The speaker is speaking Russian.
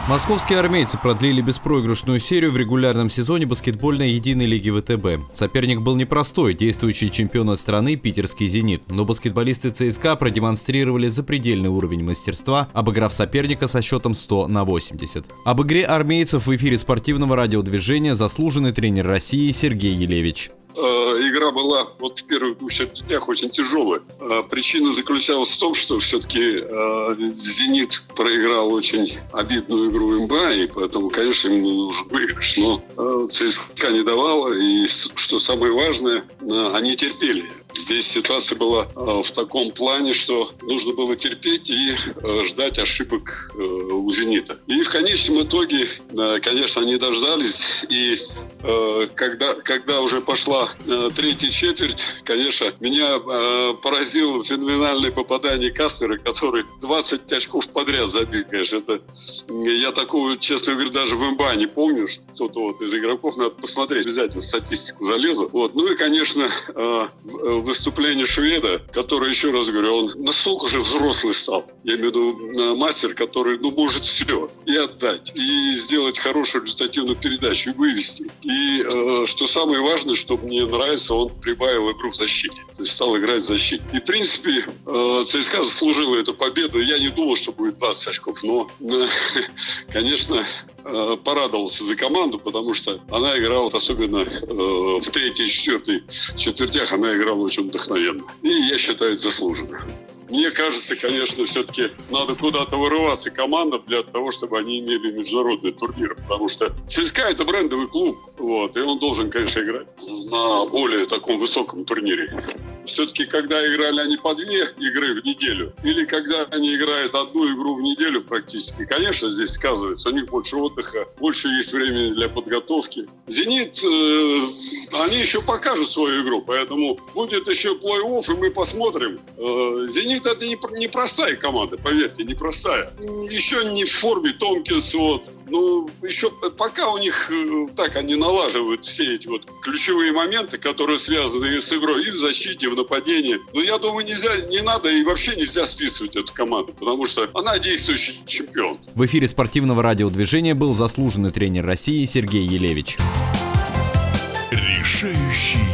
Московские армейцы продлили беспроигрышную серию в регулярном сезоне баскетбольной единой лиги ВТБ. Соперник был непростой, действующий чемпион страны питерский «Зенит», но баскетболисты ЦСКА продемонстрировали запредельный уровень мастерства, обыграв соперника со счетом 100-80. Об игре армейцев в эфире спортивного радиодвижения заслуженный тренер России Сергей Елевич. Игра была вот в первых двух четвертях очень тяжелая. Причина заключалась в том, что все-таки «Зенит» проиграл очень обидную игру МБА, и поэтому, конечно, ему нужен выигрыш. Но ЦСКА не давала, и, что самое важное, они терпели. Здесь ситуация была в таком плане, что нужно было терпеть и ждать ошибок у «Зенита». И в конечном итоге, конечно, они дождались. И когда уже пошла третья четверть, конечно, меня поразило феноменальное попадание Каспера, который 20 очков подряд забил. Конечно, я такого, честно говоря, даже в МБА не помню. Кто-то вот из игроков, надо посмотреть, обязательно статистику залезу. Вот. Ну и, конечно, выступление шведа, который, еще раз говорю, он настолько уже взрослый стал. Я имею в виду мастер, который может все и отдать, и сделать хорошую результативную передачу, и вывести. И что самое важное, что мне нравится, он прибавил игру в защите. То есть стал играть в защите. И, в принципе, ЦСКА заслужила эту победу. Я не думал, что будет 20 очков, но, конечно, порадовался за команду, потому что она играла, особенно в третьей и четвертой четвертях, она играла очень вдохновенно. И я считаю, это заслуженно. Мне кажется, конечно, все-таки надо куда-то вырываться командам для того, чтобы они имели международные турниры, потому что ЦСКА – это брендовый клуб, вот, и он должен, конечно, играть на более таком высоком турнире. Все-таки, когда играли они по 2 игры в неделю, или когда они играют одну игру в неделю практически, конечно, здесь сказывается, у них больше отдыха, больше есть времени для подготовки. «Зенит», они еще покажут свою игру, поэтому будет еще плей-офф, и мы посмотрим. «Зенит» — это не простая команда, поверьте, не простая. Еще не в форме Томпкинс, вот. Ну, еще пока у них так они налаживают все эти вот ключевые моменты, которые связаны с игрой и в защите, и в нападении. Но я думаю, не надо и вообще нельзя списывать эту команду, потому что она действующий чемпион. В эфире спортивного радиодвижения был заслуженный тренер России Сергей Елевич. Решающий